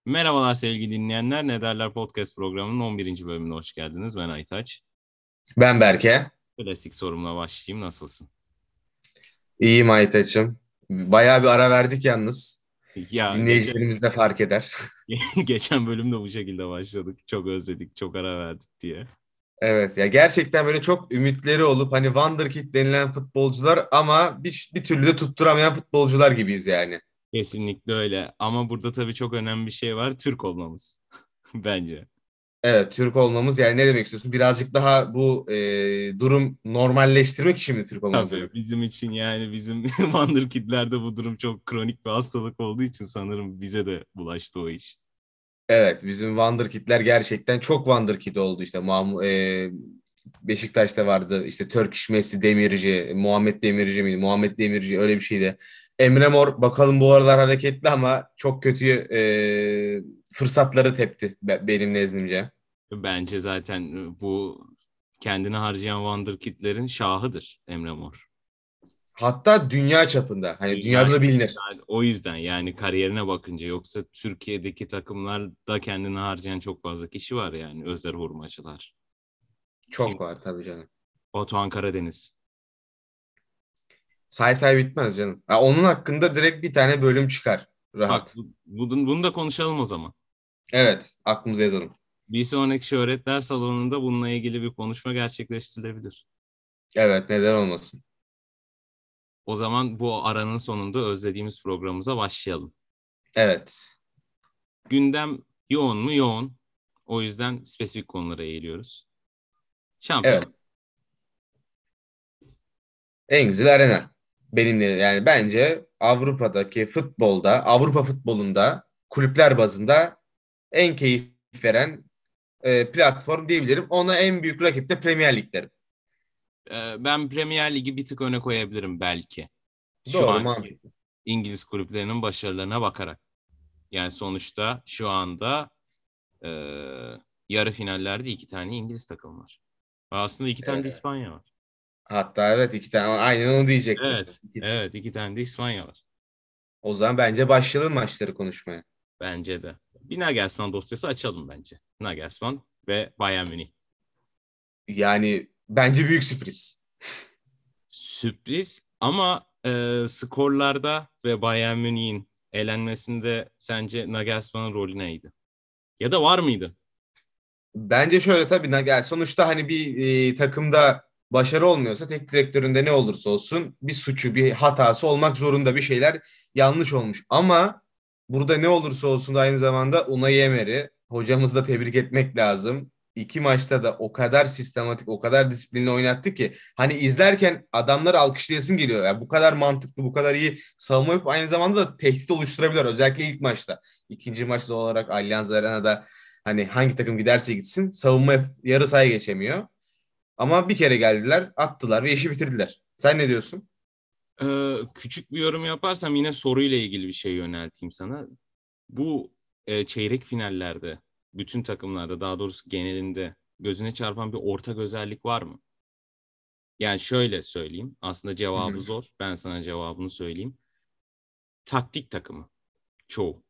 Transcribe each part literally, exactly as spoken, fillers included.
Merhabalar sevgili dinleyenler. Ne Derler Podcast programının on birinci bölümüne hoş geldiniz. Ben Aytaç. Ben Berke. Klasik sorumla başlayayım. Nasılsın? İyiyim Aytaç'ım. Bayağı bir ara verdik yalnız. Ya geçen Dinleyicilerimiz de fark eder. geçen bölümde bu şekilde başladık. Çok özledik, çok ara verdik diye. Evet ya, gerçekten böyle çok ümitleri olup hani Wonderkid denilen futbolcular ama bir, bir türlü de tutturamayan futbolcular gibiyiz yani. Kesinlikle öyle. Ama burada tabii çok önemli bir şey var. Türk olmamız. Bence. Evet, Türk olmamız yani ne demek istiyorsun? Birazcık daha bu e, durum normalleştirmek için mi Türk olmamız Tabii demek? bizim için yani bizim Wonderkid'lerde bu durum çok kronik bir hastalık olduğu için sanırım bize de bulaştı o iş. Evet, bizim Wonderkid'ler gerçekten çok Wonderkid oldu işte. Muam e, Beşiktaş'ta vardı işte Turkish Messi Demirci, Muhammed Demirci miydi? Muhammed Demirci öyle bir şeydi. Emre Mor bakalım bu aralar hareketli ama çok kötü e, fırsatları tepti be- benim nezdimce. Bence zaten bu kendini harcayan Wonderkid'lerin şahıdır Emre Mor. Hatta dünya çapında hani Dünya dünyada da bilinir. yani o yüzden yani kariyerine bakınca yoksa Türkiye'deki takımlarda kendini harcayan çok fazla kişi var yani özel hurmacılar. Kim? Çok var tabii canım. Batuhan Karadeniz. Say say bitmez canım. Ha, onun hakkında direkt bir tane bölüm çıkar. Bak Rahat. bu, bunu, bunu da konuşalım o zaman. Evet, aklımıza yazalım. Bir sonraki şöhretler salonunda bununla ilgili bir konuşma gerçekleştirilebilir. Evet, neden olmasın. O zaman bu aranın sonunda özlediğimiz programımıza başlayalım. Evet. Gündem yoğun mu? Yoğun. O yüzden spesifik konulara eğiliyoruz. Şampiyon. Evet. En güzel arena. Benimle yani bence Avrupa'daki futbolda, Avrupa futbolunda kulüpler bazında en keyif veren e, platform diyebilirim. Ona en büyük rakip de Premier Lig derim. Ee, ben Premier Ligi bir tık öne koyabilirim belki. Şu Doğru, anki mantıklı. İngiliz kulüplerinin başarılarına bakarak. Yani sonuçta şu anda e, yarı finallerde iki tane İngiliz takım var. Ve aslında iki tane de E, İspanya var. hatta evet, iki tane aynen onu diyecektim. Evet, evet iki tane de İspanya var. O zaman bence başlayalım maçları konuşmaya. Bence de. Bir Nagelsmann dosyası açalım bence. Nagelsmann ve Bayern Münih. Yani bence büyük sürpriz. Sürpriz ama e, skorlarda ve Bayern Münih'in elenmesinde sence Nagelsmann'ın rolü neydi? Ya da var mıydı? Bence şöyle tabii Nagel sonuçta hani bir e, takımda başarı olmuyorsa tek direktöründe ne olursa olsun bir suçu, bir hatası olmak zorunda, bir şeyler yanlış olmuş. Ama burada ne olursa olsun da aynı zamanda Unai Emery hocamızı da tebrik etmek lazım. İki maçta da o kadar sistematik, o kadar disiplinli oynattı ki hani izlerken adamları alkışlayasın geliyor. Yani bu kadar mantıklı, bu kadar iyi savunma yapıp aynı zamanda da tehdit oluşturabilir. Özellikle ilk maçta. İkinci maçta olarak Allianz Arena'da hani hangi takım giderse gitsin savunma hep yarı sahaya geçemiyor. Ama bir kere geldiler, attılar ve işi bitirdiler. Sen ne diyorsun? Ee, küçük bir yorum yaparsam yine soruyla ilgili bir şey yönelteyim sana. Bu e, çeyrek finallerde bütün takımlarda daha doğrusu genelinde gözüne çarpan bir ortak özellik var mı? Yani şöyle söyleyeyim. Aslında Hı cevabı hı. zor. Ben sana cevabını söyleyeyim. Taktik takımı. Çoğu.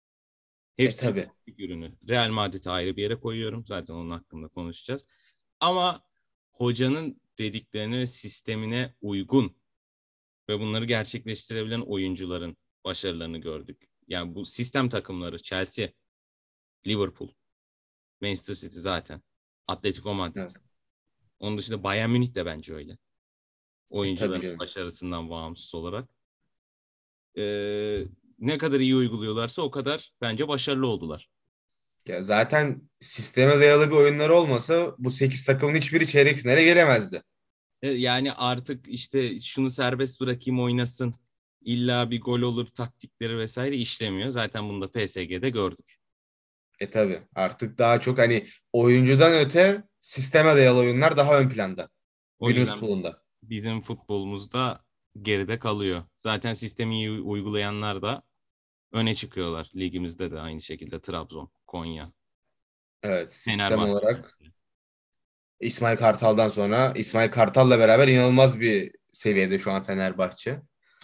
E Hepsi bir tabii. taktik ürünü. Real Madrid'i ayrı bir yere koyuyorum. Zaten onun hakkında konuşacağız. Ama hocanın dediklerine, sistemine uygun ve bunları gerçekleştirebilen oyuncuların başarılarını gördük. Yani bu sistem takımları Chelsea, Liverpool, Manchester City zaten. Atletico Madrid. Evet. Onun dışında Bayern Münih de bence öyle. E tabii Oyuncuların canım. başarısından bağımsız olarak. Ee, ne kadar iyi uyguluyorlarsa o kadar bence başarılı oldular. Ya zaten sisteme dayalı bir oyunları olmasa bu sekiz takımın hiçbiri çeyrek finale gelemezdi. E, Yani artık işte şunu serbest bırakayım oynasın. İlla bir gol olur taktikleri vesaire işlemiyor. Zaten bunu da P S G'de gördük. E tabii. Artık daha çok hani oyuncudan öte sisteme dayalı oyunlar daha ön planda. O Günümüz yüzden futbolunda. bizim futbolumuzda geride kalıyor. Zaten sistemi iyi uygulayanlar da öne çıkıyorlar. Ligimizde de aynı şekilde Trabzon, Konya, Evet, sistem Fenerbahçe olarak belki. İsmail Kartal'dan sonra İsmail Kartal'la beraber inanılmaz bir seviyede şu an Fenerbahçe.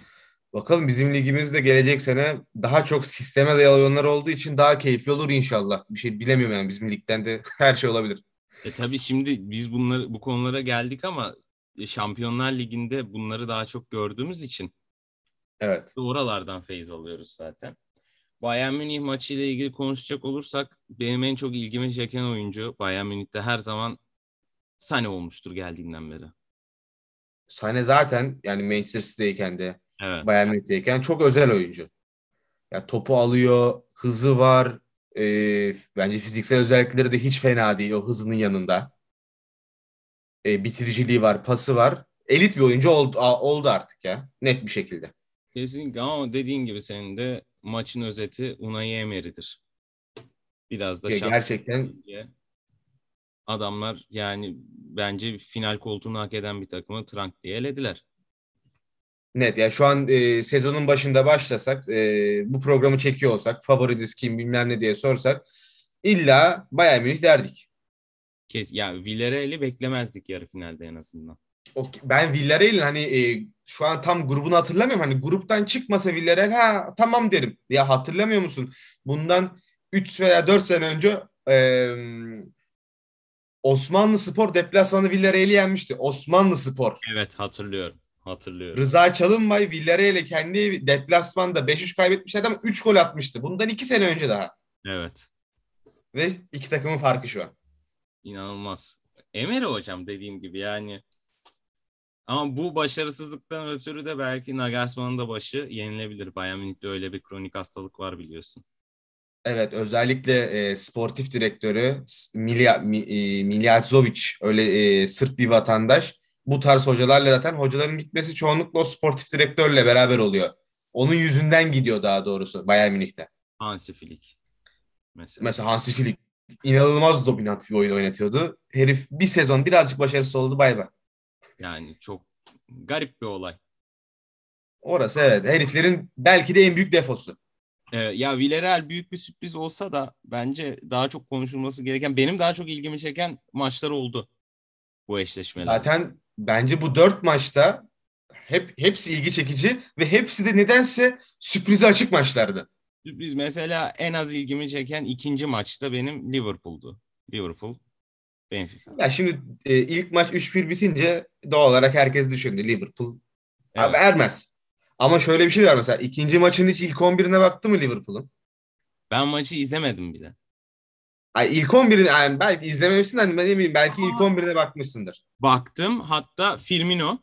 Bakalım bizim ligimizde gelecek sene daha çok sisteme dayalı oyunlar olduğu için daha keyifli olur inşallah. Bir şey bilemiyorum yani bizim ligden de her şey olabilir. E tabii şimdi biz bunları bu konulara geldik ama e, Şampiyonlar Ligi'nde bunları daha çok gördüğümüz için Evet. oralardan feyz alıyoruz zaten. Bayern Münih maçı ile ilgili konuşacak olursak benim en çok ilgimi çeken oyuncu Bayern Münih'te her zaman Sané olmuştur geldiğinden beri. Sane zaten yani Manchester City'deyken de Evet. Bayern Münih'teyken çok özel oyuncu. Ya topu alıyor, hızı var. Ee, bence fiziksel özellikleri de hiç fena değil o hızının yanında. Ee, bitiriciliği var, pası var. Elit bir oyuncu oldu, a- oldu artık ya. Net bir şekilde. Kesinlikle ama dediğin gibi senin de maçın özeti Unai Emery'dir. Biraz da Ya şans gerçekten diye adamlar yani bence final koltuğunu hak eden bir takımı trank diye elediler. net. Ya şu an e, sezonun başında başlasak, e, bu programı çekiyor olsak, favoriniz kim bilmem ne diye sorsak illa Bayern Münih derdik. Kes ya Villarreal'i beklemezdik yarı finalde en azından. O, ben Villarreal'in hani e, şu an tam grubunu hatırlamıyorum. Hani gruptan çıkmasa Villarreal ha tamam derim. Ya hatırlamıyor musun? Bundan üç veya dört sene önce e, Osmanlıspor deplasmanı Villarreal'i yenmişti. Osmanlıspor. Evet hatırlıyorum. Hatırlıyorum. Rıza Çalınbay Villarreal'e kendi deplasmanda beş üç kaybetmişlerdi ama üç gol atmıştı. Bundan iki sene önce daha. Evet. Ve iki takımın farkı şu an. İnanılmaz. Emery hocam dediğim gibi yani ama bu başarısızlıktan ötürü de belki Nagelsmann'ın da başı yenilebilir. Bayern Münih'te öyle bir kronik hastalık var biliyorsun. Evet, özellikle e, sportif direktörü Milja, Mi, e, Miljazovic öyle e, Sırp bir vatandaş. Bu tarz hocalarla zaten hocaların gitmesi çoğunlukla o sportif direktörle beraber oluyor. Onun yüzünden gidiyor daha doğrusu Bayern Münih'te. Hansi Flick mesela. Mesela Hansi Flick inanılmaz dominant bir oyun oynatıyordu. Herif bir sezon birazcık başarısız oldu bay bay. Yani çok garip bir olay. Orası evet heriflerin belki de en büyük defosu. Ee, ya Villarreal büyük bir sürpriz olsa da bence daha çok konuşulması gereken benim daha çok ilgimi çeken maçlar oldu bu eşleşmeler. Zaten bence bu dört maçta hep hepsi ilgi çekici ve hepsi de nedense sürprize açık maçlardı. Sürpriz mesela en az ilgimi çeken ikinci maçta benim Liverpool'du. Liverpool, Benfica. Ya şimdi e, ilk maç üç bir bitince doğal olarak herkes düşündü Liverpool abi Evet. ermez. Ama şöyle bir şey var mesela ikinci maçın hiç ilk on birine baktı mı Liverpool'un? Ben maçı izlemedim bile. Ay ilk on birine yani belki izlememişsin hani ben eminim belki ilk Aa. on birine bakmışsındır. Baktım hatta Firmino,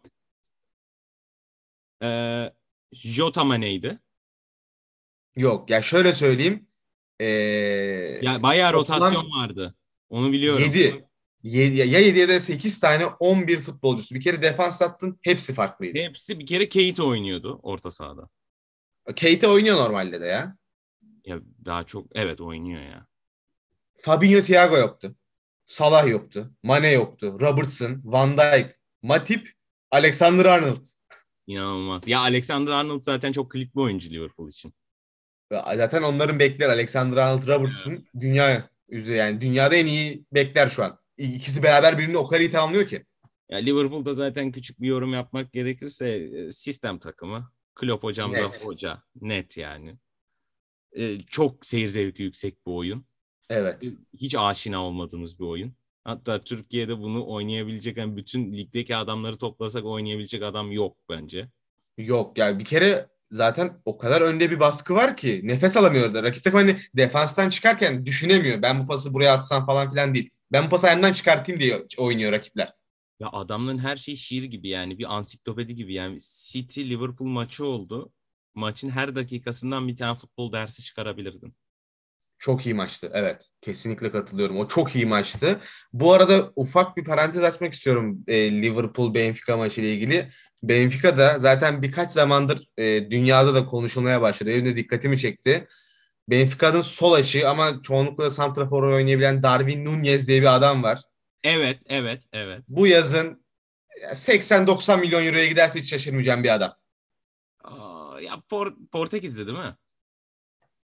e, Jota Mane'ydi. Yok ya şöyle söyleyeyim. E, Ya bayağı rotasyon toplam vardı. Onu biliyorum. yedi yedi ya yedi ya da sekiz tane on bir futbolcusu. Bir kere defans attın hepsi farklıydı. Hepsi bir kere Keita oynuyordu orta sahada. Keita oynuyor normalde de ya. Ya daha çok evet oynuyor ya. Fabinho Thiago yoktu. Salah yoktu. Mane yoktu. Robertson, Van Dijk, Matip, Alexander-Arnold. İnanılmaz. Ya Alexander-Arnold zaten çok kilit bir oyuncu Liverpool için. Ve zaten onların bekler Alexander-Arnold, Evet. Robertson dünya üzeri yani dünyada en iyi bekler şu an. İkisi beraber birini o kadar iyi tamamlıyor ki. Ya Liverpool'da zaten küçük bir yorum yapmak gerekirse e, sistem takımı. Klopp hocam da Net. hoca. Net yani. E, çok seyir zevki yüksek bir oyun. E, Evet. Hiç aşina olmadığımız bir oyun. Hatta Türkiye'de bunu oynayabilecek yani bütün ligdeki adamları toplasak oynayabilecek adam yok bence. Yok yani bir kere zaten o kadar önde bir baskı var ki nefes alamıyor da. Rakip takım hani defanstan çıkarken düşünemiyor. Ben bu pası buraya atsam falan filan değil. Ben bu pası ayağımdan çıkartayım diye oynuyor rakipler. Ya adamların her şeyi şiir gibi yani bir ansiklopedi gibi yani City Liverpool maçı oldu. Maçın her dakikasından bir tane futbol dersi çıkarabilirdin. Çok iyi maçtı. Evet. Kesinlikle katılıyorum. O çok iyi maçtı. Bu arada ufak bir parantez açmak istiyorum e, Liverpool-Benfica maçı ile ilgili. Benfica da zaten birkaç zamandır e, dünyada da konuşulmaya başladı. Benim de dikkatimi çekti. Benfica'nın sol açığı ama çoğunlukla santrafor oynayabilen Darwin Núñez diye bir adam var. Evet, evet, evet. Bu yazın seksen doksan milyon euroya giderse hiç şaşırmayacağım bir adam. Aa, ya Por Portekiz'de değil mi?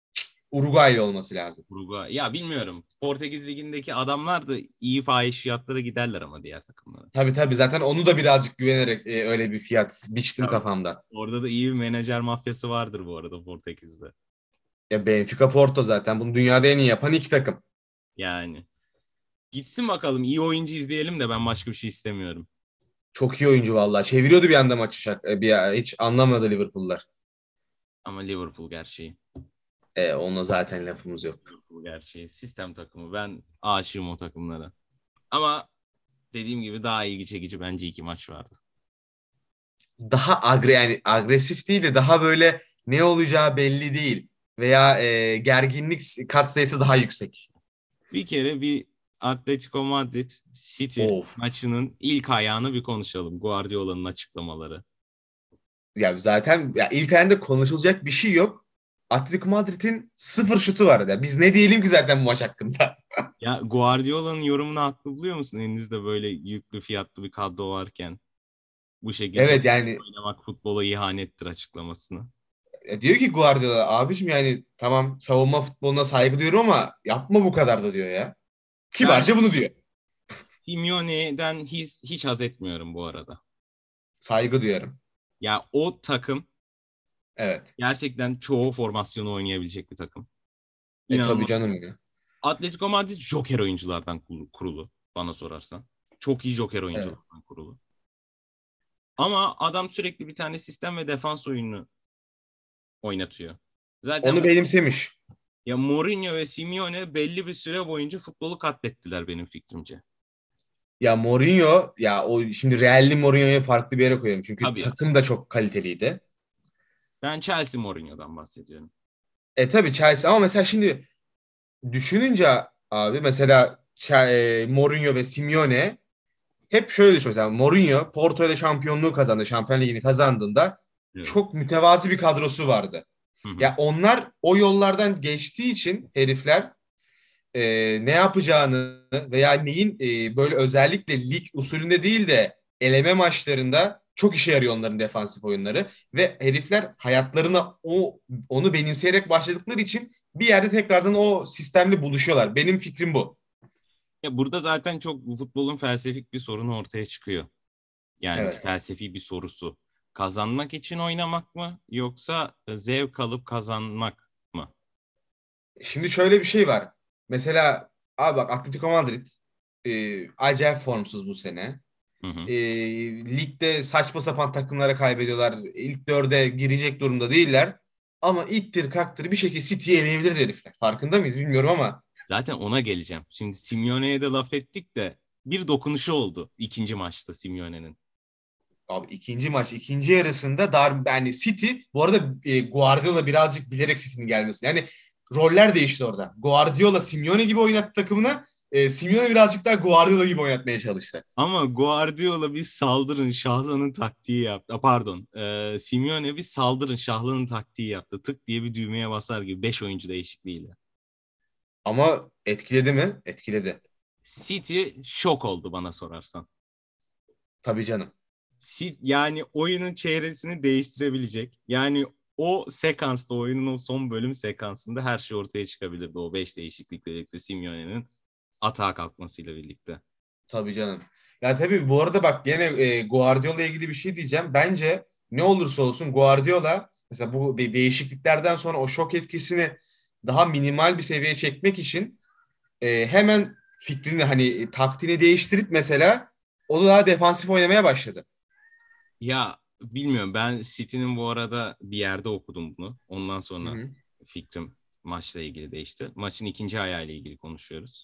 Uruguaylı olması lazım. Uruguay. Ya bilmiyorum. Portekiz Ligi'ndeki adamlar da iyi fahiş fiyatlara giderler ama diğer takımlara. Tabii tabii, zaten onu da birazcık güvenerek e, öyle bir fiyat biçtim Tabii. kafamda. Orada da iyi bir menajer mafyası vardır bu arada Portekiz'de. Ya Benfica Porto zaten bunu dünyada en iyi yapan iki takım. Yani. Gitsin bakalım. İyi oyuncu izleyelim de ben başka bir şey istemiyorum. Çok iyi oyuncu vallahi. Çeviriyordu bir anda maçı şak e, bir hiç anlamadı Liverpool'lar. Ama Liverpool gerçeği. E, ona zaten lafımız yok. Liverpool gerçeği. Sistem takımı. Ben aşığım o takımlara. Ama dediğim gibi daha ilgi çekici bence iki maç vardı. Daha agre yani agresif değil de daha böyle ne olacağı belli değil veya e, gerginlik katsayısı daha yüksek. Bir kere bir Atletico Madrid City Of. maçının ilk ayağını bir konuşalım. Guardiola'nın açıklamaları. Ya zaten ya ilk ayında konuşulacak bir şey yok. Atletico Madrid'in sıfır şutu var ya. Biz ne diyelim ki zaten bu maç hakkında? Ya Guardiola'nın yorumunu haklı buluyor musun? Elinizde böyle yüklü fiyatlı bir kadro varken bu şekilde Evet yani oynamak futbola ihanettir açıklamasını. ya diyor ki Guardiola abicim yani tamam savunma futboluna saygı duyuyorum ama yapma bu kadar da diyor ya. Ben Kibarca bunu diyor. Simeone'den hiç, hiç haz etmiyorum bu arada. Saygı duyarım. Ya o takım Evet. gerçekten çoğu formasyonu oynayabilecek bir takım. E tabii İnanılmaz. canım ya. Atletico Madrid joker oyunculardan kurulu bana sorarsan. Çok iyi joker Evet. oyunculardan kurulu. Ama adam sürekli bir tane sistem ve defans oyununu oynatıyor. Zaten Onu benimsemiş. ya Mourinho ve Simeone belli bir süre boyunca futbolu katlettiler benim fikrimce. Ya Mourinho ya o şimdi Real'li Mourinho'yu farklı bir yere koyuyorum. Çünkü Tabii. takım da çok kaliteliydi. Ben Chelsea Mourinho'dan bahsediyorum. E tabii Chelsea ama mesela şimdi düşününce abi mesela Ch- e, Mourinho ve Simeone hep şöyle düşün mesela Mourinho Porto'yla şampiyonluğu kazandı. Şampiyon Ligi'ni kazandığında Evet. çok mütevazi bir kadrosu vardı. Hı hı. Ya onlar o yollardan geçtiği için herifler e, ne yapacağını veya neyin e, böyle özellikle lig usulünde değil de eleme maçlarında çok işe yarıyor onların defansif oyunları ve herifler hayatlarına o onu benimseyerek başladıkları için bir yerde tekrardan o sistemle buluşuyorlar. Benim fikrim bu. Ya burada zaten çok bu futbolun felsefik bir sorunu ortaya çıkıyor. Yani Evet. felsefi bir sorusu. Kazanmak için oynamak mı yoksa zevk alıp kazanmak mı? Şimdi şöyle bir şey var. Mesela abi bak Atletico Madrid e, acayip formsuz bu sene. Hı hı. E, ligde saçma sapan takımlara kaybediyorlar. İlk dörde girecek durumda değiller. Ama ittir kaktır bir şekilde City'yi eleyebilir herifler. Farkında mıyız bilmiyorum ama. Zaten ona geleceğim. Şimdi Simeone'ye de laf ettik de bir dokunuşu oldu ikinci maçta Simeone'nin. Abi ikinci maç ikinci yarısında dar yani City bu arada e, Guardiola birazcık bilerek City'nin gelmesi. Yani roller değişti orada. Guardiola Simeone gibi oynattı takımına. E, Simeone birazcık daha Guardiola gibi oynatmaya çalıştı. Ama Guardiola bir saldırın şahlanın taktiği yaptı. A, Pardon. E, Simeone bir saldırın şahlanın taktiği yaptı. Tık diye bir düğmeye basar gibi beş oyuncu değişikliğiyle. Ama etkiledi mi? Etkiledi. City şok oldu bana sorarsan. Tabii canım. City, yani oyunun çeyresini değiştirebilecek. Yani o sekansta oyunun o son bölüm sekansında her şey ortaya çıkabilirdi. O beş değişiklikle birlikte Simeone'nin atağa kalkmasıyla birlikte. Tabii canım. Ya tabii bu arada bak gene e, Guardiola ilgili bir şey diyeceğim. Bence ne olursa olsun Guardiola mesela bu de- değişikliklerden sonra o şok etkisini daha minimal bir seviyeye çekmek için e, hemen fikrini hani e, taktiğini değiştirip mesela o da daha defansif oynamaya başladı. Ya bilmiyorum, ben City'nin bu arada bir yerde okudum bunu. Ondan Hı sonra hı. fikrim maçla ilgili değişti. Maçın ikinci ayağıyla ilgili konuşuyoruz.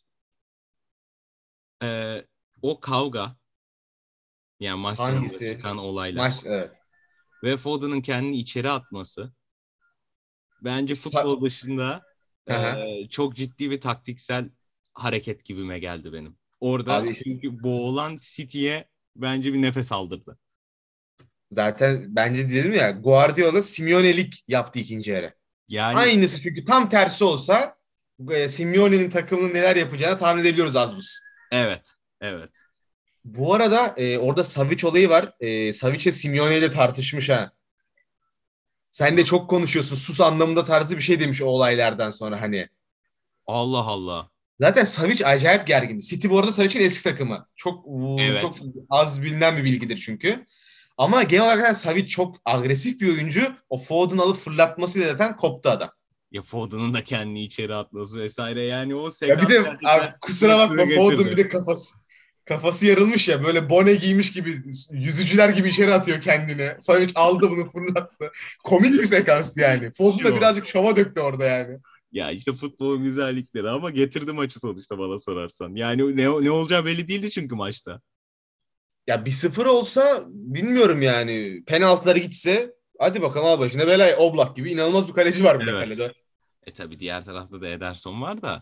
Ee, O kavga, yani maç sonunda Hangisi? çıkan olaylar Maç evet. ve Foden'ın kendini içeri atması bence Sa- futbol dışında Hı hı. e, çok ciddi bir taktiksel hareket gibime geldi benim. Orada Abi işte çünkü boğulan City'ye bence bir nefes aldırdı. zaten bence dedim ya Guardiola Simeone'lik yaptı ikinci yarı. Yani Aynısı çünkü tam tersi olsa e, Simeone'nin takımının neler yapacağını tahmin edebiliyoruz az buz. evet, evet. Bu arada e, orada Savic olayı var. E, Savic'e Simeone ile tartışmış ha. Sen de çok konuşuyorsun. Sus anlamında tarzı bir şey demiş o olaylardan sonra hani. Allah Allah. Zaten Savic acayip gergindi. City bu arada Savic'in eski takımı. Çok çok Evet. az bilinen bir bilgidir çünkü. Ama genel olarak zaten Savic çok agresif bir oyuncu. O Foden alıp fırlatmasıyla zaten koptu adam. Ya Foden'ın da kendini içeri atması vesaire. Yani o Ya bir sekans de abi, gerçekten kusura stres bakma Foden bir getirdi. de kafası kafası yarılmış ya böyle bone giymiş gibi yüzücüler gibi içeri atıyor kendini. Savic aldı bunu fırlattı. Komik bir sekanstı yani. Foden da Şu. birazcık şova döktü orada yani. Ya işte futbolun güzellikleri ama getirdi maçı sonuçta bana sorarsan. Yani ne, ne olacağı belli değildi çünkü maçta. Ya bir sıfır olsa bilmiyorum yani. Penaltıları gitse hadi bakalım al başına belaya. Oblak gibi inanılmaz bir kaleci var bir de Evet. kalede. E tabii diğer tarafta da Ederson var da.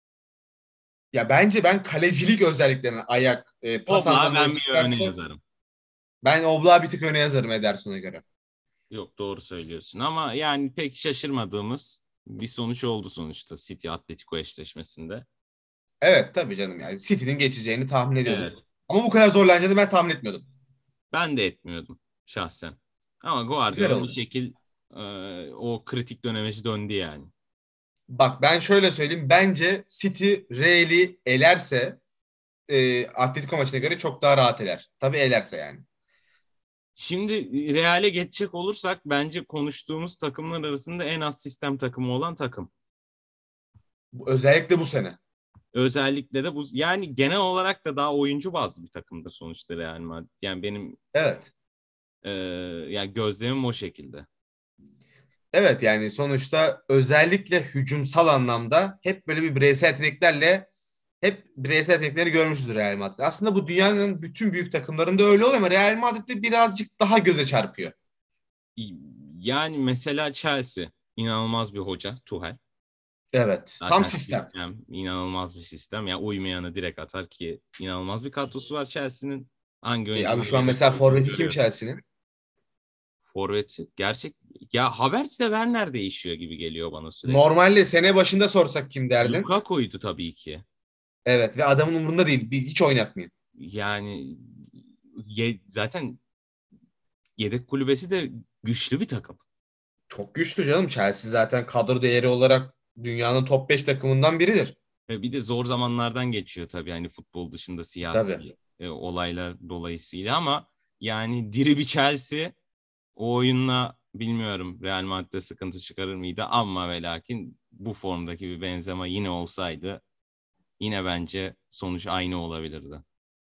Ya bence ben kalecilik özelliklerine ayak, e, pas Oblak'ı anlamında ben bir öne bakarsak yazarım. ben Oblak'ı bir tık öne yazarım Ederson'a göre. Yok doğru söylüyorsun ama yani pek şaşırmadığımız bir sonuç oldu sonuçta City Atletico eşleşmesinde. Evet tabii canım yani City'nin geçeceğini tahmin ediyordum. Evet. Ama bu kadar zorlanacağını ben tahmin etmiyordum. Ben de etmiyordum şahsen. Ama Güzel Guardiola bir oldu. şekil e, o kritik dönemeci döndü yani. Bak ben şöyle söyleyeyim. Bence City Real'i elerse e, Atletico maçına göre çok daha rahat eler. Tabii elerse yani. Şimdi Real'e geçecek olursak bence konuştuğumuz takımlar arasında en az sistem takımı olan takım. Bu, özellikle bu sene. Özellikle de bu yani genel olarak da daha oyuncu bazlı bir takımdır sonuçta Real Madrid. Yani benim Evet. e, yani gözlemim o şekilde. Evet yani sonuçta özellikle hücumsal anlamda hep böyle bir bireysel yeteneklerle hep bireysel yetenekleri görmüşüzdür Real Madrid. Aslında bu dünyanın bütün büyük takımlarında öyle oluyor ama Real Madrid'de birazcık daha göze çarpıyor. Yani mesela Chelsea inanılmaz bir hoca Tuchel. Evet. Tam Zaten sistem. sistem inanılmaz bir sistem. Yani uymayanı direkt atar ki inanılmaz bir kadrosu var Chelsea'nin. Hangi E, abi oyuncuları şu an yedek mesela olduğunu forveti kim görüyoruz. Chelsea'nin? Forvet'i gerçek ya Havertz'le Werner değişiyor gibi geliyor bana sürekli. Normalde sene başında sorsak kim derdin? Lukaku'ydu tabii ki. Evet ve adamın umurunda değil. Bir, hiç oynatmıyor. Yani ye- zaten yedek kulübesi de güçlü bir takım. Çok güçlü canım. Chelsea zaten kadro değeri olarak dünyanın top beş takımından biridir. Ve bir de zor zamanlardan geçiyor tabii hani futbol dışında Tabii. siyasi e, olaylar dolayısıyla ama yani diri bir Chelsea o oyunla bilmiyorum Real Madrid'de sıkıntı çıkarır mıydı ama ve lakin bu formdaki bir Benzema yine olsaydı yine bence sonuç aynı olabilirdi.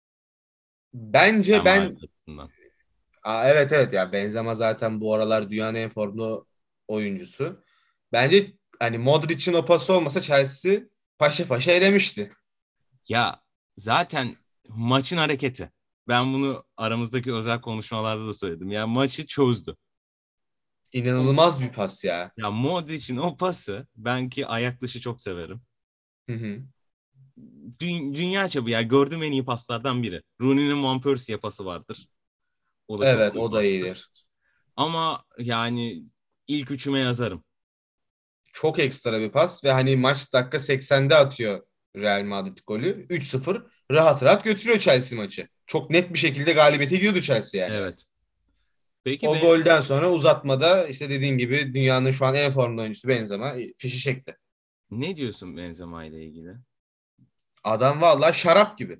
Bence Real Madrid ben açısından. Aa, evet evet ya Benzema zaten bu aralar dünyanın en formda oyuncusu. Bence hani Modric'in o pası olmasa Chelsea paşa paşa elemişti. Ya zaten maçın hareketi. Ben bunu aramızdaki özel konuşmalarda da söyledim. Ya maçı çözdü. O, İnanılmaz bir pas ya. ya Modric'in o pası ben ki ayak dışı çok severim. Hı hı. Dü- dünya çapı ya gördüğüm en iyi paslardan biri. Rooney'nin Van Persie'ye pası vardır. O da çok Evet iyi o da pastır. iyidir. Ama yani ilk üçüme yazarım. Çok ekstra bir pas ve hani maç dakika seksende atıyor Real Madrid golü. üç sıfır rahat rahat götürüyor Chelsea maçı. Çok net bir şekilde galibiyete gidiyordu Chelsea yani. Evet. Peki O ben golden sonra uzatmada işte dediğin gibi dünyanın şu an en formda oyuncusu Benzema fişi çekti. ne diyorsun Benzema ile ilgili? Adam vallahi şarap gibi.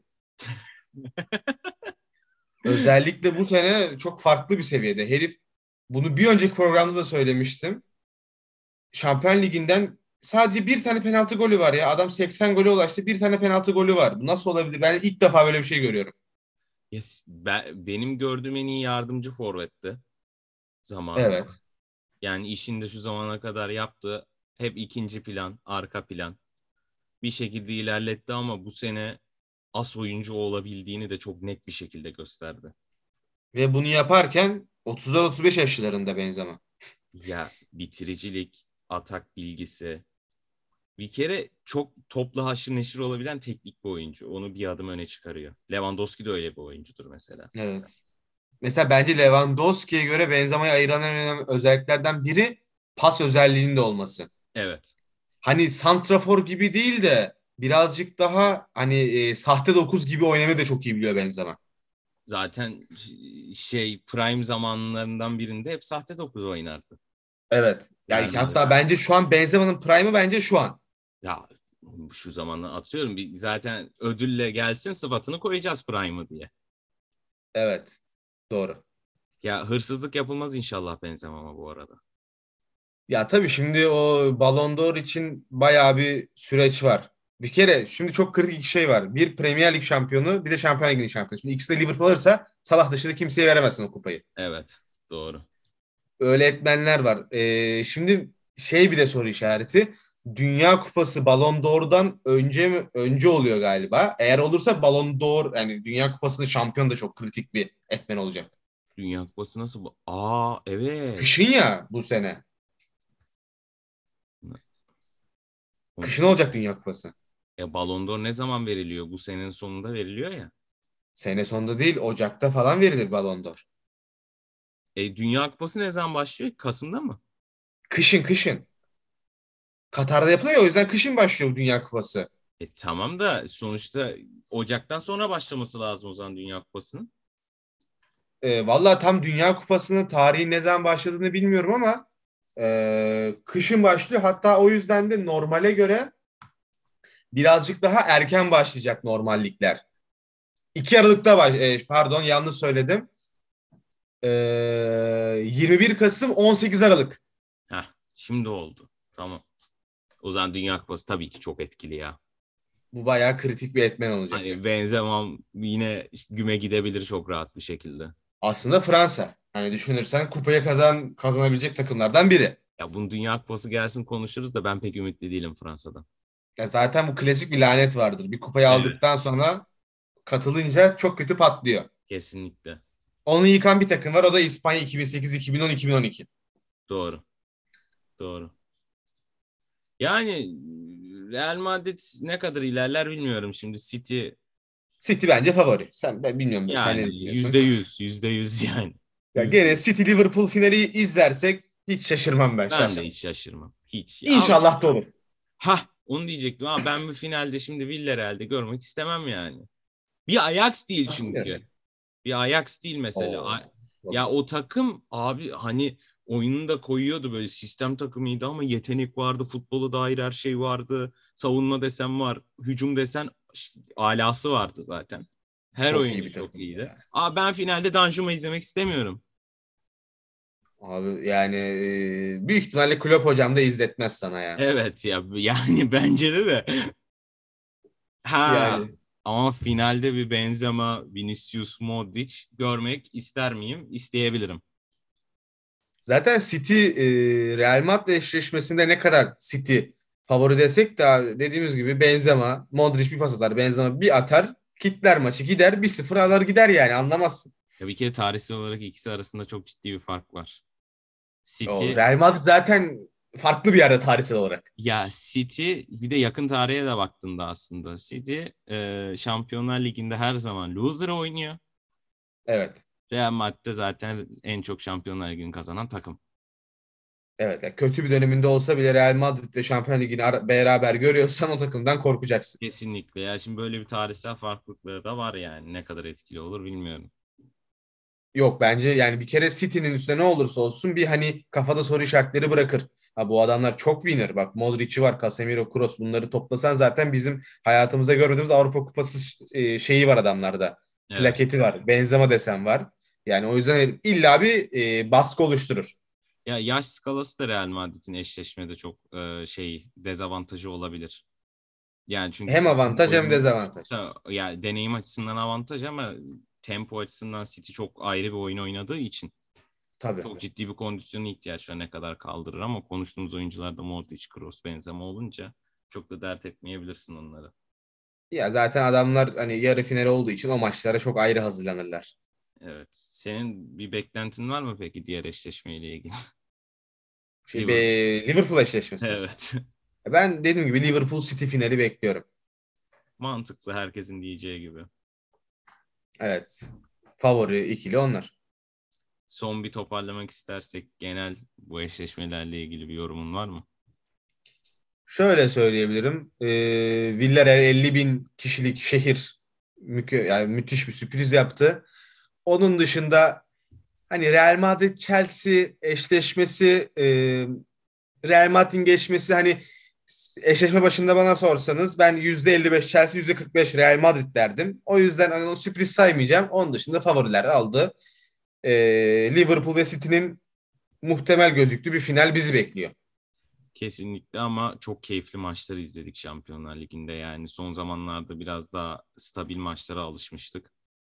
Özellikle bu sene çok farklı bir seviyede. Herif bunu bir önceki programda da söylemiştim. Şampiyon Ligi'nden sadece bir tane penaltı golü var ya. Adam seksen gole ulaştı. Bir tane penaltı golü var. Bu nasıl olabilir? Ben ilk defa böyle bir şey görüyorum. Yes, ben, benim gördüğüm en iyi yardımcı forvetti zamanında. Evet. Yani işinde şu zamana kadar yaptığı hep ikinci plan, arka plan. Bir şekilde ilerletti ama bu sene as oyuncu olabildiğini de çok net bir şekilde gösterdi. Ve bunu yaparken otuzlar otuz beş yaşlarında Benzema. Ya bitiricilik, atak bilgisi. Bir kere çok topla haşır neşir olabilen teknik bir oyuncu. Onu bir adım öne çıkarıyor. Lewandowski de öyle bir oyuncudur mesela. Evet. Mesela bence Lewandowski'ye göre Benzema'yı ayıran en önemli özelliklerden biri pas özelliğinin de olması. Evet. Hani santrafor gibi değil de birazcık daha hani e, sahte dokuz gibi oynamayı da çok iyi biliyor Benzema. Zaten şey prime zamanlarından birinde hep sahte dokuz oynardı. Evet. Yani Real Madrid. hatta bence şu an Benzema'nın prime'ı bence şu an. Ya şu zamanı atıyorum. Bir, zaten ödülle gelsin sıfatını koyacağız Prime'ı diye. Evet. Doğru. Ya hırsızlık yapılmaz inşallah Benzema'ma bu arada. Ya tabii şimdi o Ballon d'Or için bayağı bir süreç var. Bir kere şimdi çok kritik iki şey var. Bir Premier Lig şampiyonu, bir de Şampiyonlar Ligi şampiyonu. Şimdi ikisi de Liverpool alırsa Salah dışında kimseye veremezsin o kupayı. Evet. Doğru. Öyle etmenler var. Ee, şimdi şey bir de soru işareti. Dünya Kupası Ballon d'Or'dan önce mi önce oluyor galiba. Eğer olursa Ballon d'Or yani Dünya Kupası'nın şampiyon da çok kritik bir etmen olacak. Dünya Kupası nasıl bu? Aa evet. Kışın ya bu sene. Onu Kışın olacak Dünya Kupası. Ya Ballon d'Or ne zaman veriliyor? Bu senenin sonunda veriliyor ya. Sene sonunda değil, Ocak'ta falan verilir Ballon d'Or. E, Dünya Kupası ne zaman başlıyor? Kasım'da mı? Kışın kışın. Katar'da yapılıyor ya, o yüzden kışın başlıyor bu Dünya Kupası. E tamam da sonuçta Ocak'tan sonra başlaması lazım o zaman Dünya Kupası'nın. E, vallahi tam Dünya Kupası'nın tarihi ne zaman başladığını bilmiyorum ama e, kışın başlıyor. Hatta o yüzden de normale göre birazcık daha erken başlayacak normal ligler. iki Aralık'ta baş, e, pardon yanlış söyledim. E, yirmi bir Kasım on sekiz Aralık. Heh, şimdi oldu. Tamam. O zaman Dünya Kupası tabii ki çok etkili ya. Bu bayağı kritik bir etmen olacak. Hani Benzema yine güme gidebilir çok rahat bir şekilde. Aslında Fransa. Hani düşünürsen kupayı kazan kazanabilecek takımlardan biri. Ya bunun Dünya Kupası gelsin konuşuruz da ben pek ümitli değilim Fransa'dan. Ya zaten bu klasik bir lanet vardır. Bir kupayı Evet. aldıktan sonra katılınca çok kötü patlıyor. Kesinlikle. Onu yıkan bir takım var. O da İspanya iki bin sekiz, iki bin on, iki bin on iki. Doğru. Doğru. Yani Real Madrid ne kadar ilerler bilmiyorum şimdi. City City bence favori. Sen ben bilmiyorum ben. Sen ne yani düşünüyorsun? yüzde yüz, yüzde yüz yani. Ya Yüzde gene yüz. City Liverpool finali izlersek hiç şaşırmam ben Ben de şahsen. hiç şaşırmam. Hiç. Ama İnşallah da olur. ha onu diyecektim ama ben bu finalde şimdi Villarreal'de görmek istemem yani. Bir Ajax değil çünkü. Bir Ajax değil mesela. Oo. A- Ya o takım abi hani oyununu da koyuyordu böyle sistem takımıydı ama yetenek vardı, futbola dair her şey vardı. Savunma desen var, hücum desen alası vardı zaten. Her Çok iyi oyuncu bir çok takım iyiydi. ya. Aa ben finalde Danjuma izlemek istemiyorum. Abi yani e, büyük ihtimalle Klopp hocam da izletmez sana ya. Evet ya yani bence de de. Ha Yani ama finalde bir Benzema, Vinicius, Modric görmek ister miyim? İsteyebilirim. zaten City e, Real Madrid eşleşmesinde ne kadar City favori desek de dediğimiz gibi Benzema, Modric bir pas atar, Benzema bir atar, kitler maçı gider bir sıfır alır gider yani anlamazsın. Ya bir kere tarihsel olarak ikisi arasında çok ciddi bir fark var. O City Real Madrid zaten farklı bir yerde tarihsel olarak. ya City bir de yakın tarihe de baktığında aslında City e, Şampiyonlar Ligi'nde her zaman loser oynuyor. Evet. Real Madrid'de zaten en çok Şampiyonlar Ligi'ni kazanan takım. Evet. Yani kötü bir döneminde olsa bile Real Madrid ve Şampiyonlar Ligi'ni ara- beraber görüyorsan o takımdan korkacaksın. Kesinlikle. Ya şimdi böyle bir tarihsel farklılıkları da var yani. Ne kadar etkili olur bilmiyorum. Yok bence yani bir kere City'nin üstüne ne olursa olsun bir hani kafada soru işaretleri bırakır. Ha, bu adamlar çok winner. Bak Modric'i var, Casemiro, Kroos bunları toplasan zaten bizim hayatımızda görmediğimiz Avrupa Kupası e, şeyi var adamlarda. Evet. Plaketi var. Benzema desen var. Yani o yüzden illa bir e, baskı oluşturur. Ya yaş skalası da Real Madrid'in eşleşmede çok e, şey dezavantajı olabilir. Yani çünkü Hem City'nin avantaj hem oyunu dezavantaj. da ya deneyim açısından avantaj ama tempo açısından City çok ayrı bir oyun oynadığı için Tabii. çok ciddi bir kondisyona ihtiyaç var ne kadar kaldırır ama konuştuğumuz oyuncularda Modric, Kroos, Benzema olunca çok da dert etmeyebilirsin onları. Ya zaten adamlar hani yarı final olduğu için o maçlara çok ayrı hazırlanırlar. Evet. Senin bir beklentin var mı peki diğer eşleşmeyle ilgili? Şey, be, Liverpool. Liverpool eşleşmesi. Evet. Ben dediğim gibi Liverpool City finali bekliyorum. Mantıklı herkesin diyeceği gibi. Evet. Favori ikili onlar. Son bir toparlamak istersek genel bu eşleşmelerle ilgili bir yorumun var mı? Şöyle söyleyebilirim. Ee, Villarreal elli bin kişilik şehir mükü, yani müthiş bir sürpriz yaptı. Onun dışında hani Real Madrid Chelsea eşleşmesi, e, Real Madrid'in geçmesi, hani eşleşme başında bana sorsanız ben yüzde elli beş Chelsea, yüzde kırk beş Real Madrid derdim. O yüzden hani o sürpriz saymayacağım. Onun dışında favoriler aldı. E, Liverpool ve City'nin muhtemel gözüktüğü bir final bizi bekliyor. Kesinlikle, ama çok keyifli maçlar izledik Şampiyonlar Ligi'nde. Yani son zamanlarda biraz daha stabil maçlara alışmıştık.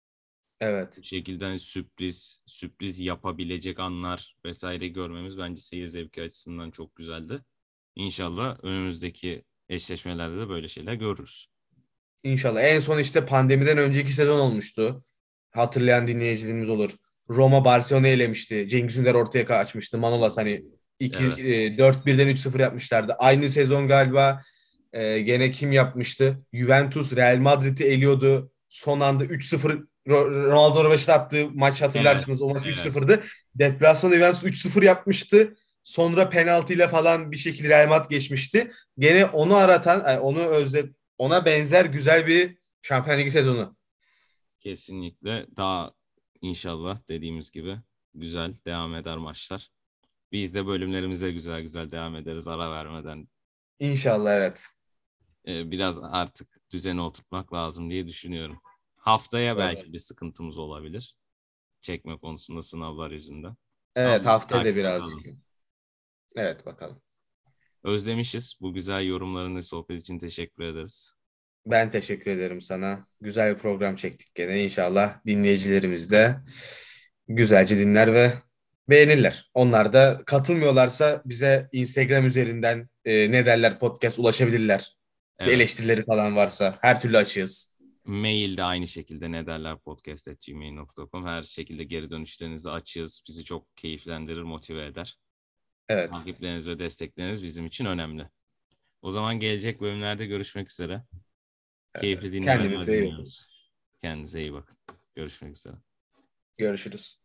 Evet. Bu şekilde hani sürpriz, sürpriz yapabilecek anlar vesaire görmemiz bence seyir zevki açısından çok güzeldi. İnşallah önümüzdeki eşleşmelerde de böyle şeyler görürüz. İnşallah. En son işte pandemiden önceki sezon olmuştu. Hatırlayan dinleyicilerimiz olur. Roma Barcelona'yı elemişti. Cengiz Ünder ortaya açmıştı. Manolas hani iki, Evet. e, dört birden üç sıfır yapmışlardı. Aynı sezon galiba e, gene kim yapmıştı? Juventus Real Madrid'i eliyordu. Son anda üç sıfır Ro- Ronaldo Röveş'te attığı maç, Evet. hatırlarsınız. O maç üç Evet. sıfırdı. Deplasmanda Juventus üç sıfır yapmıştı. Sonra penaltıyla falan bir şekilde Real Madrid geçmişti. Gene onu aratan, onu özlet ona benzer güzel bir Şampiyonlar Ligi sezonu. Kesinlikle, daha inşallah dediğimiz gibi güzel devam eder maçlar. Biz de bölümlerimize güzel güzel devam ederiz ara vermeden. İnşallah, evet. Ee, biraz artık düzene oturtmak lazım diye düşünüyorum. Haftaya Doğru. belki bir sıkıntımız olabilir. Çekme konusunda sınavlar yüzünden. Evet, Ama biz haftaya da takipte birazcık. kalın. Evet, bakalım. Özlemişiz. Bu güzel yorumların ve sohbet için teşekkür ederiz. Ben teşekkür ederim sana. Güzel bir program çektik gene. İnşallah dinleyicilerimiz de güzelce dinler ve beğenirler. Onlar da katılmıyorlarsa bize Instagram üzerinden e, ne derler podcast ulaşabilirler. Bir Evet. eleştirileri falan varsa her türlü açığız. Mail de aynı şekilde ne derler podcast at gmail nokta com. Her şekilde geri dönüşlerinizi açığız. Bizi çok keyiflendirir, motive eder. Evet. Takipleriniz ve destekleriniz bizim için önemli. O zaman gelecek bölümlerde görüşmek üzere. Keyifli Evet. dinlemeler Kendinize iyi bakın. diliyoruz. Kendinize iyi bakın. Görüşmek üzere. Görüşürüz.